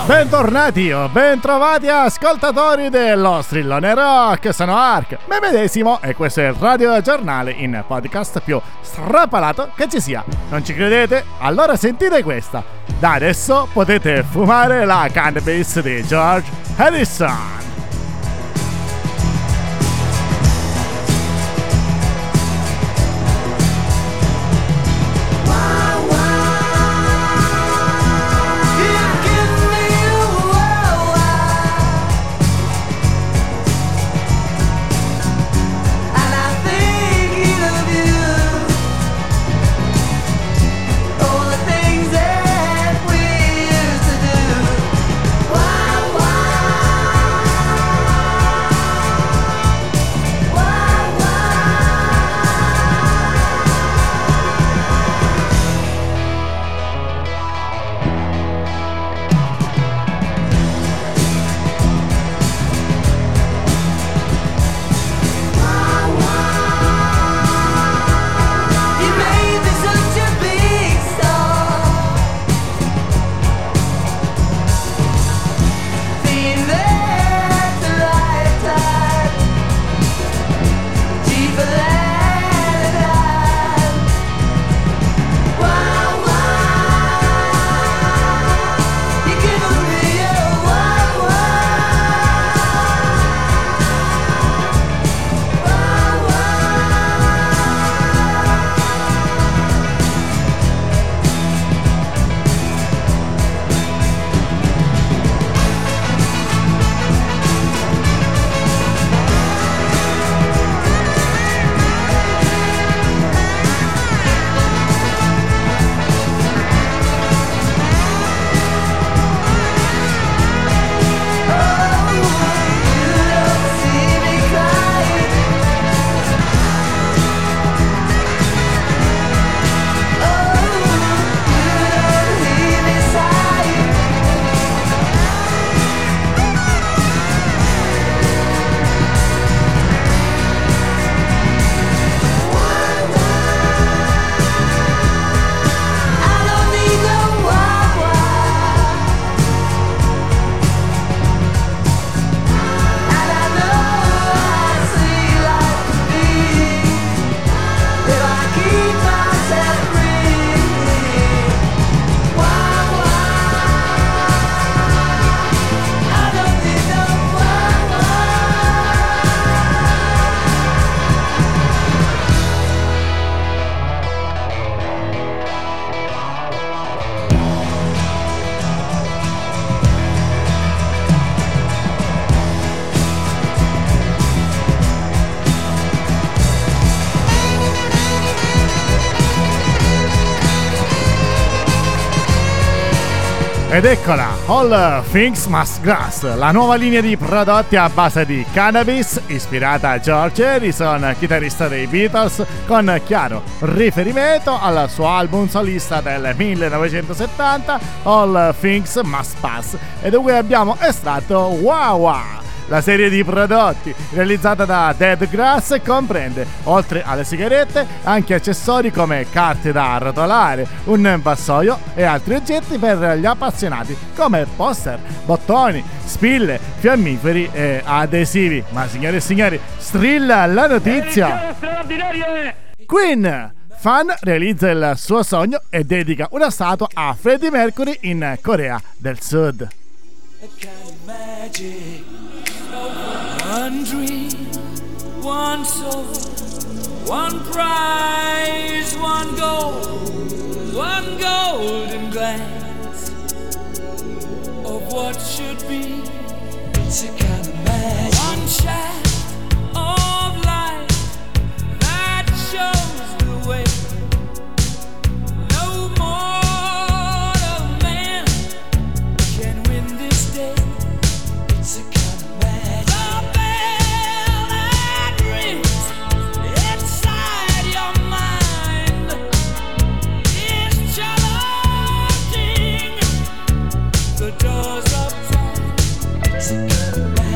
Bentornati o bentrovati ascoltatori dello Strillone Rock, sono Ark, me medesimo, e questo è il Radio Giornale in podcast più strapalato che ci sia. Non ci credete? Allora sentite questa. Da adesso potete fumare la cannabis di George Harrison. Ed eccola, All Things Must Grass, la nuova linea di prodotti a base di cannabis ispirata a George Harrison, chitarrista dei Beatles, con chiaro riferimento al suo album solista del 1970, All Things Must Pass, e da cui abbiamo estratto Wawa. La serie di prodotti realizzata da Dead Grass comprende, oltre alle sigarette, anche accessori come carte da arrotolare, un vassoio e altri oggetti per gli appassionati come poster, bottoni, spille, fiammiferi e adesivi. Ma signore e signori, strilla la notizia! Queen! Fan realizza il suo sogno e dedica una statua a Freddie Mercury in Corea del Sud. One dream, one soul, one prize, one golden glance of what should be. It's a kind of magic. One shaft of light that shows the way. No mortal man can win this day. It's a kind of magic. The bell that rings inside your mind is challenging the doors of time. It's a kind of magic.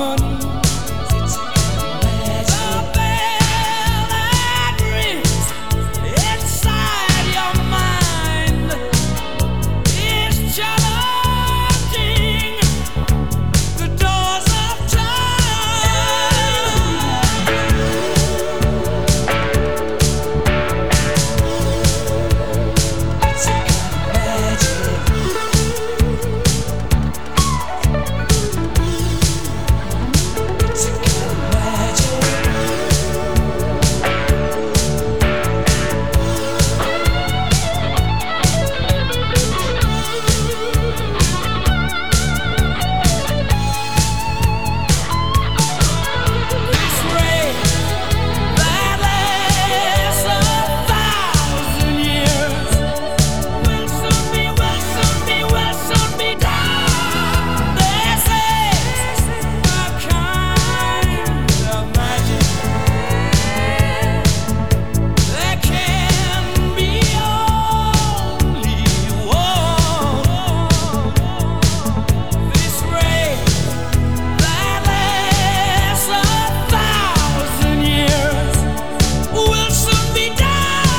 harmony. The bell that rings inside your mind is challenging the doors of time. It's a kind of magic. It's a kind of magic. This rain that lasts 1,000 years will soon be done. This is a kind of magic. There can be only one. This rain that lasts 1,000 years will soon be done.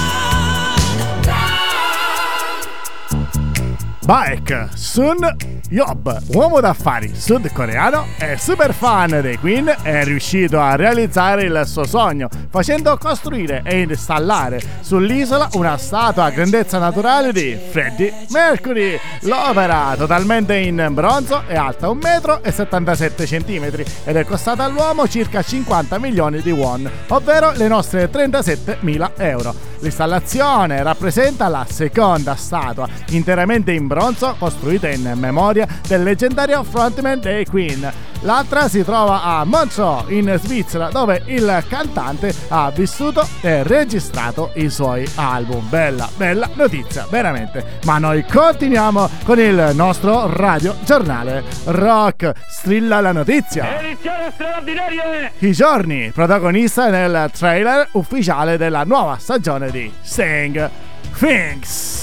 Baek Sun Yob, uomo d'affari sudcoreano e super fan dei Queen, è riuscito a realizzare il suo sogno facendo costruire e installare sull'isola una statua a grandezza naturale di Freddie Mercury. L'opera, totalmente in bronzo, è alta 1,77 m ed è costata all'uomo circa 50 milioni di won, ovvero le nostre 37.000 euro. L'installazione rappresenta la seconda statua interamente in bronzo costruita in memoria del leggendario frontman dei Queen. L'altra si trova a Montreux in Svizzera, dove il cantante ha vissuto e registrato i suoi album. Bella notizia, veramente. Ma noi continuiamo con il nostro radio giornale Rock. Strilla la notizia. Edizione straordinaria! I giorni, protagonista nel trailer ufficiale della nuova stagione di Sing Things.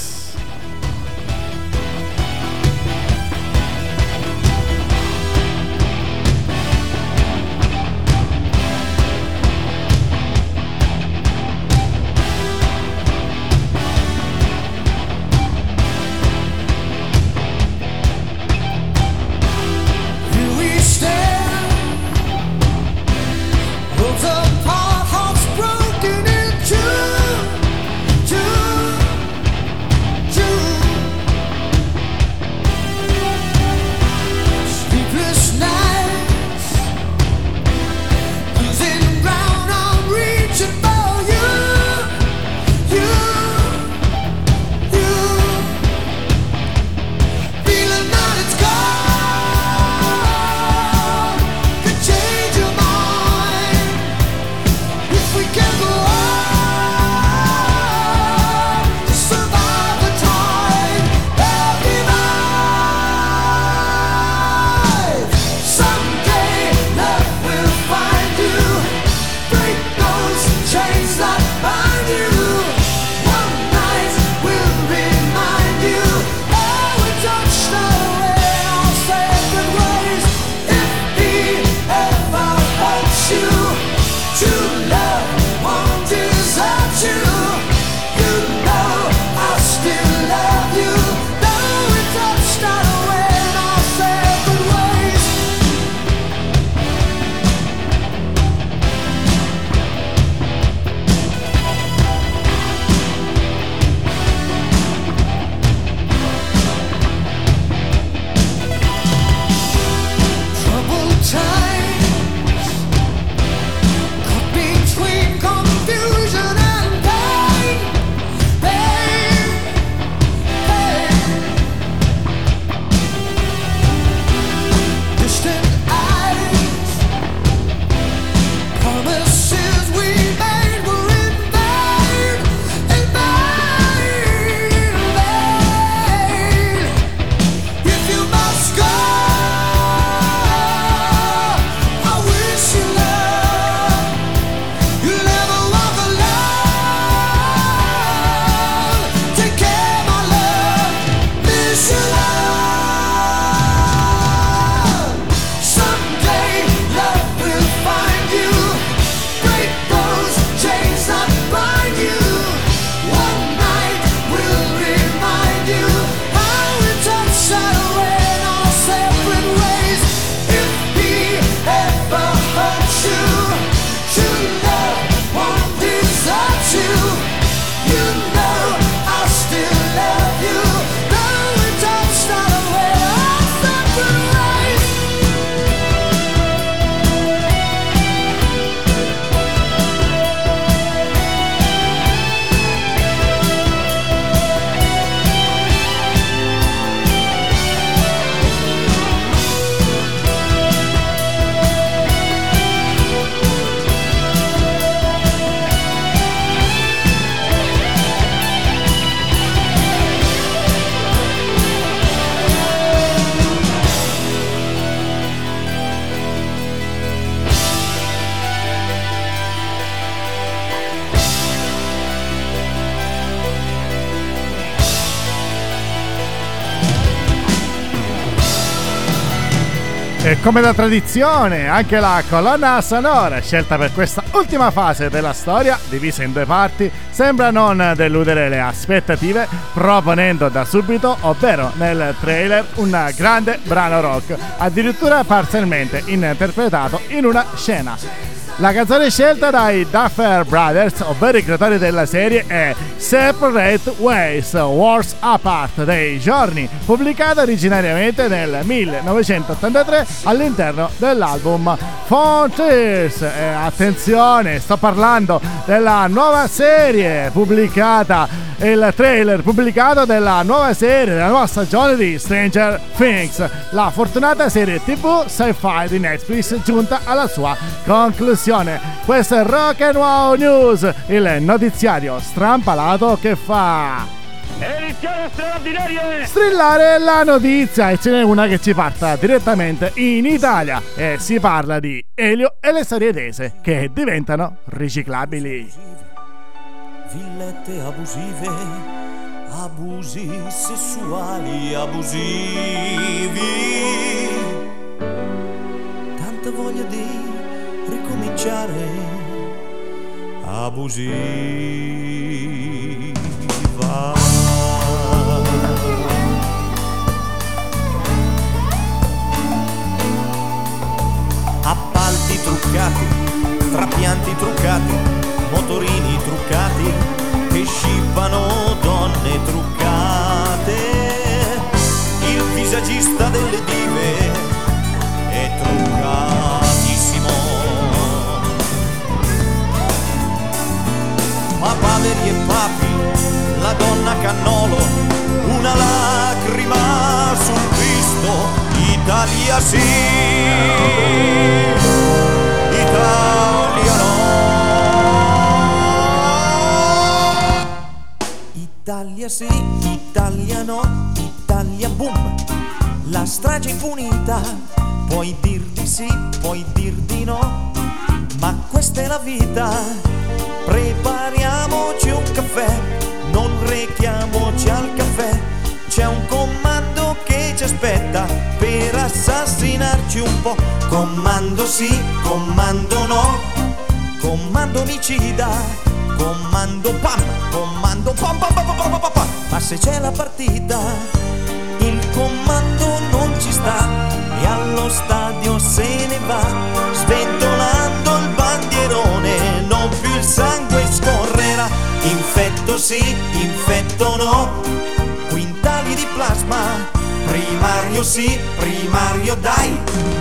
Here we stand, worlds apart, hearts broken in two. E come da tradizione, anche la colonna sonora scelta per questa ultima fase della storia, divisa in due parti, sembra non deludere le aspettative, proponendo da subito, ovvero nel trailer, un grande brano rock, addirittura parzialmente interpretato in una scena. La canzone scelta dai Duffer Brothers, ovvero i creatori della serie, è Separate Ways, Worlds Apart dei Giorni, pubblicata originariamente nel 1983 all'interno dell'album Frontiers. Attenzione, sto parlando della nuova serie pubblicata, il trailer pubblicato della nuova serie, della nuova stagione di Stranger Things, la fortunata serie TV sci-fi di Netflix giunta alla sua conclusione. Questo è Rock and Wow News, il notiziario strampalato che fa Edizione straordinaria! strillare la notizia, e ce n'è una che ci porta direttamente in Italia e si parla di Elio e le storie tese che diventano riciclabili. Villette abusive, abusi sessuali abusivi, tanta voglia di ricominciare abusiva. Appalti truccati, trapianti truccati, motorini truccati che scippano donne truccate. Il visagista delle dive è truccatissimo. Papaveri e papi, la donna cannolo, una lacrima sul Cristo. Italia sì, Italia no. Italia sì, Italia no, Italia boom. La strage impunita, puoi dir di sì, puoi dir di no, ma questa è la vita. Prepariamoci un caffè, non rechiamoci al caffè. C'è un comando che ci aspetta per assassinarci un po'. Comando sì, comando no, comando omicida, comando pam, comando pam pam pam pam pam pam pam. Ma se c'è la partita, il comando non ci sta e allo stadio se ne va, sventolando il bandierone, non più il sangue scorrerà. Infetto sì, infetto no, quintali di plasma, primario sì, primario dai,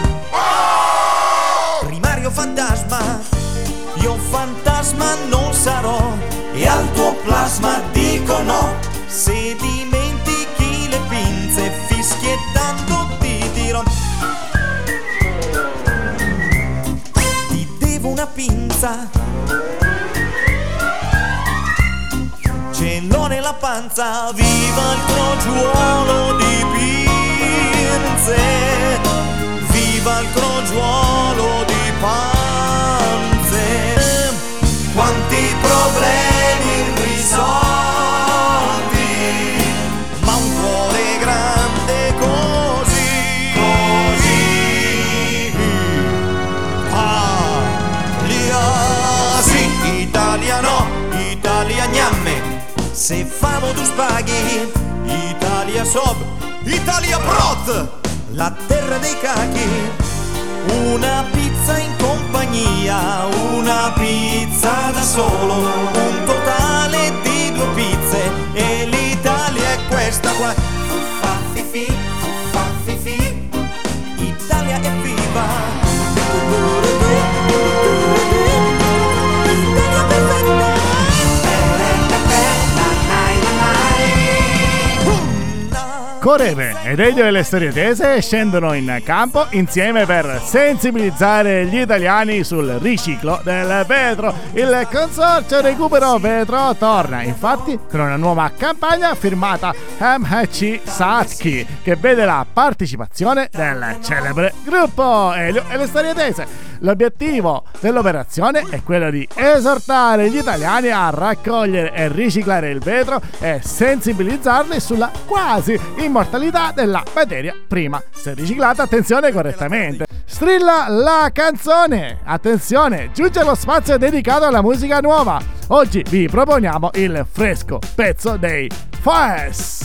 primario fantasma, io fantasma non sarò e al tuo plasma dico no. Se dimentichi le pinze fischiettando ti dirò, ti devo una pinza, ce l'ho nella panza. Viva il crogiuolo di pinze, viva il crogiuolo di panze. Quanti problemi irrisolti, ma un cuore grande così, così. Sì, Italia no, Italia gnamme. Se famo tu spaghi, Italia sob, Italia brot, la terra dei cachi. Una pizza in compagnia, una pizza da solo, un totale di 2 pizze e l'Italia è questa qua. Fuffa fifi, fuffa fifi, Italia è viva. Italia perfetta. Coreve ed Elio e le storie tese scendono in campo insieme per sensibilizzare gli italiani sul riciclo del vetro. Il consorzio Recupero Vetro torna infatti con una nuova campagna firmata MC Satki, che vede la partecipazione del celebre gruppo Elio e le storie tese. L'obiettivo dell'operazione è quello di esortare gli italiani a raccogliere e riciclare il vetro e sensibilizzarli sulla quasi immortalità della materia prima, se riciclata, attenzione, correttamente. Strilla la canzone! Attenzione, giunge lo spazio dedicato alla musica nuova. Oggi vi proponiamo il fresco pezzo dei Foes.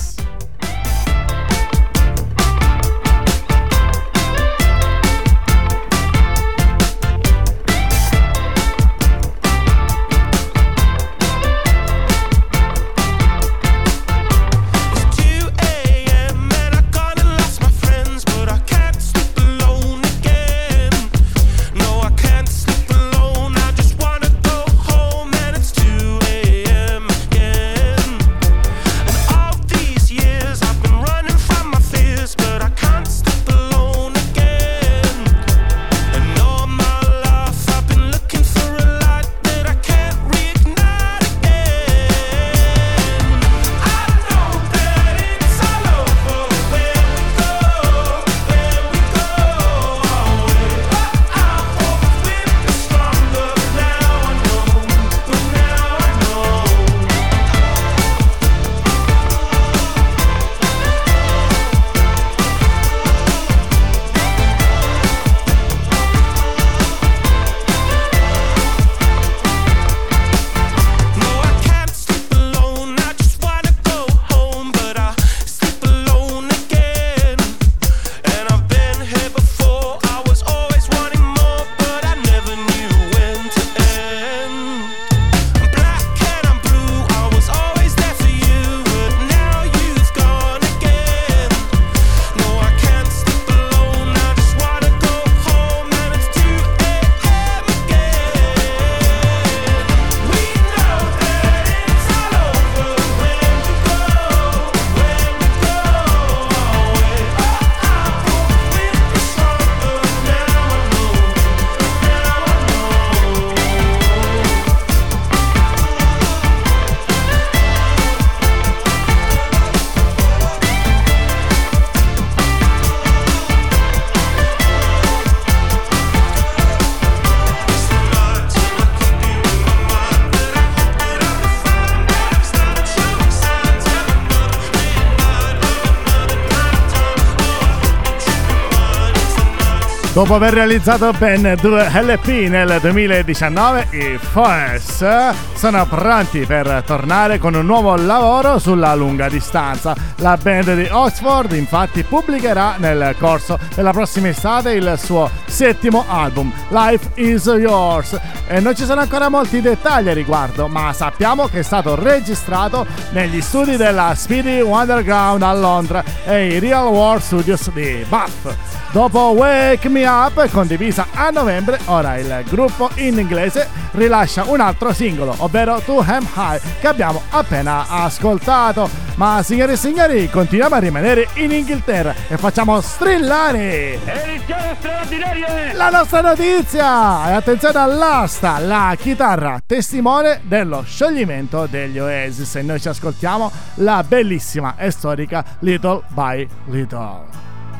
Dopo aver realizzato ben 2 LP nel 2019, i Foes sono pronti per tornare con un nuovo lavoro sulla lunga distanza. La band di Oxford infatti pubblicherà nel corso della prossima estate il suo 7° album, Life Is Yours, e non ci sono ancora molti dettagli a riguardo, ma sappiamo che è stato registrato negli studi della Speedy Underground a Londra e i Real World Studios di Bath. Dopo Wake Me Up, condivisa a novembre, ora il gruppo in inglese rilascia un altro singolo, ovvero To Am High, che abbiamo appena ascoltato. Ma signore e signori, continuiamo a rimanere in Inghilterra e facciamo strillare Edizione straordinaria la nostra notizia! E attenzione all'asta, la chitarra testimone dello scioglimento degli Oasis, e noi ci ascoltiamo la bellissima e storica Little by Little.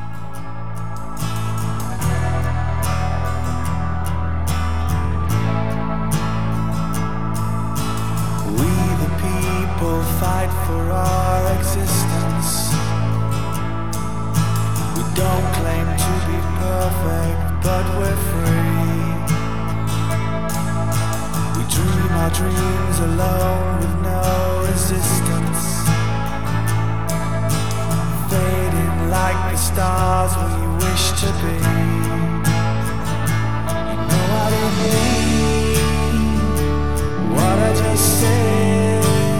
Fight for our existence. We don't claim to be perfect, but we're free. We dream our dreams alone with no resistance, fading like the stars we wish to be. You know I didn't mean what I just said,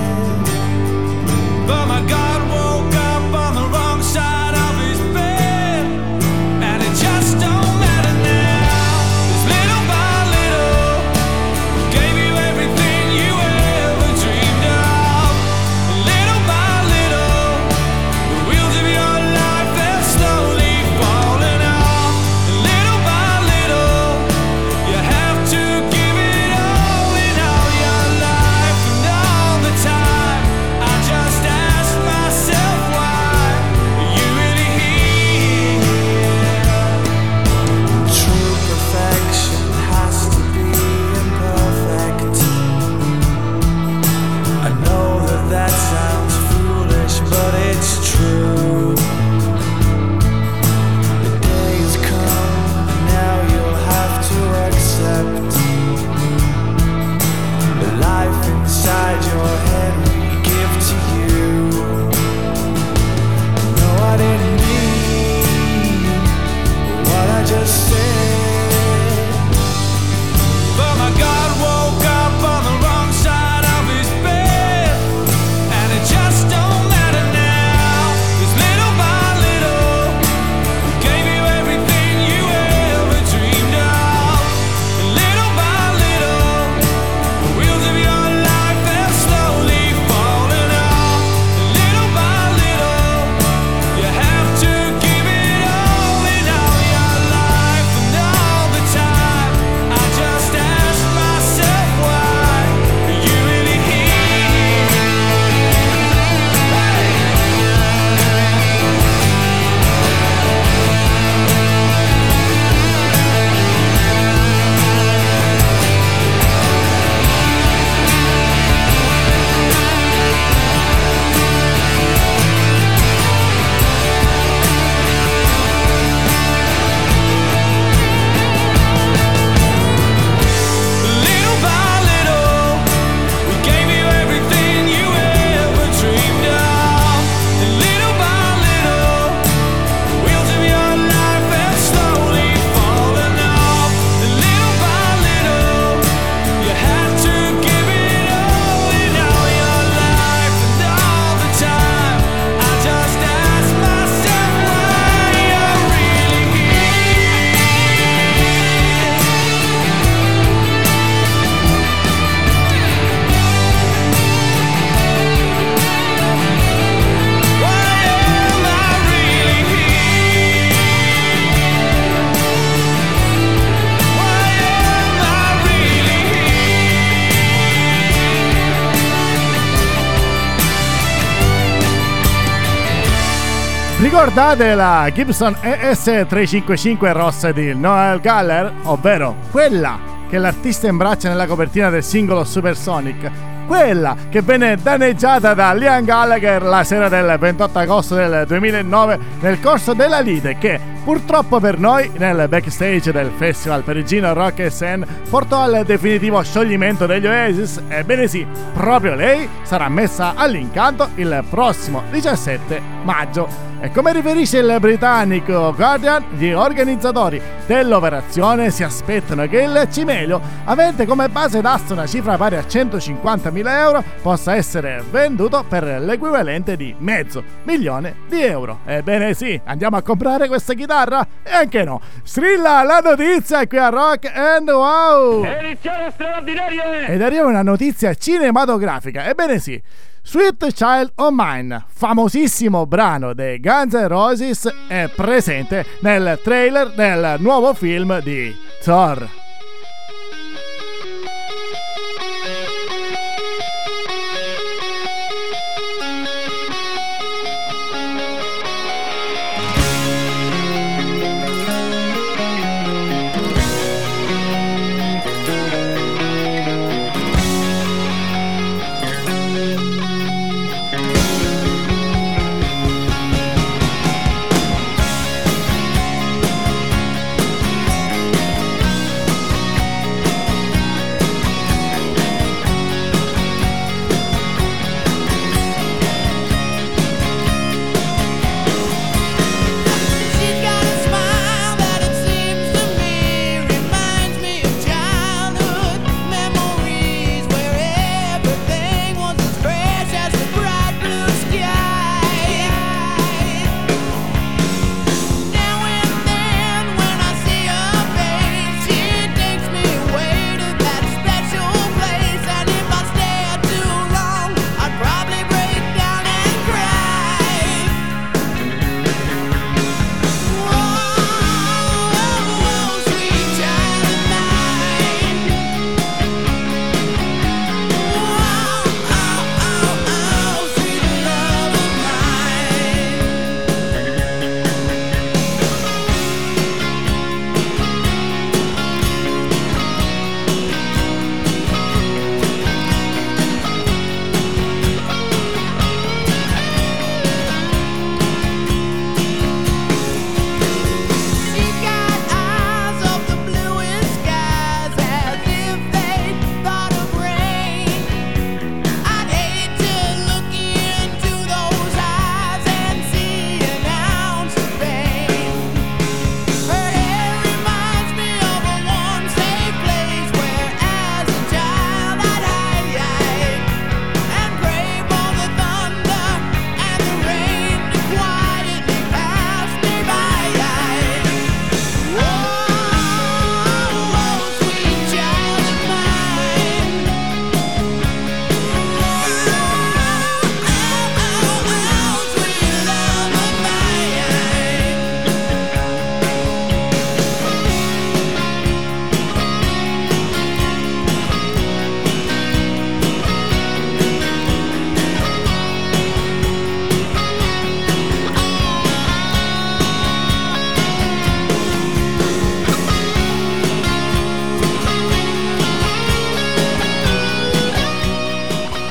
but my God woke up on the wrong side of his bed, and it just don't matter now. 'Cause little by little, gave you everything you ever dreamed of. Little by little, the wheels of your life, they're slowly falling off. to say. But my God woke up on the wrong side of his bed, and it just don't matter now, 'cause little by little gave you everything you ever dreamed of. And little by little the wheels of your life, they're slowly falling off. And little by little you have to give it all in all your life. And all the time I just ask myself, why are you really here? Hey! Little by little, we gave you everything you ever dreamed of. And little by little, the wheels of your life are slowly falling off. And little by little, you had to give it all in all your life. And all the time, I just ask myself, why you're really here. Why am I really here? Why am I really here? Ricordate la Gibson ES355 rossa di Noel Gallagher? Ovvero quella che l'artista imbraccia nella copertina del singolo Supersonic, quella che venne danneggiata da Liam Gallagher la sera del 28 agosto del 2009 nel corso della lite che, purtroppo per noi, nel backstage del festival parigino Rock Scene portò al definitivo scioglimento degli Oasis. Ebbene sì, proprio lei sarà messa all'incanto il prossimo 17 maggio. E come riferisce il britannico Guardian, gli organizzatori dell'operazione si aspettano che il cimelio, avente come base d'asta una cifra pari a 150.000 euro, possa essere venduto per l'equivalente di €500.000. Ebbene sì, andiamo a comprare questa chitarra? E anche no. Strilla la notizia qui a Rock and Wow! Edizione straordinaria! Ed arriva una notizia cinematografica. Ebbene sì, Sweet Child O' Mine, famosissimo brano dei Guns N' Roses, è presente nel trailer del nuovo film di Thor.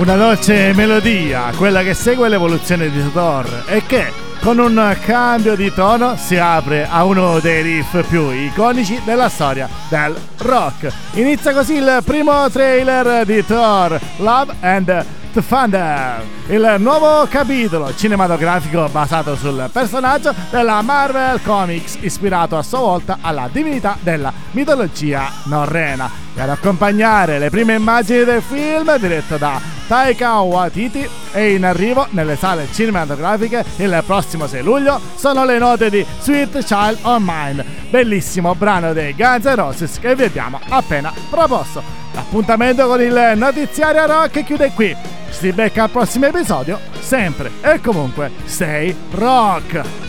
Una dolce melodia, quella che segue l'evoluzione di Thor e che, con un cambio di tono, si apre a uno dei riff più iconici della storia del rock. Inizia così il primo trailer di Thor, Love and Thunder, il nuovo capitolo cinematografico basato sul personaggio della Marvel Comics, ispirato a sua volta alla divinità della mitologia norrena. E ad accompagnare le prime immagini del film, diretto da Taika Waititi e in arrivo nelle sale cinematografiche il prossimo 6 luglio, sono le note di Sweet Child of Mine, bellissimo brano dei Guns N' Roses che vi abbiamo appena proposto. L'appuntamento con il notiziario rock chiude qui. Si becca al prossimo episodio, sempre e comunque stay rock!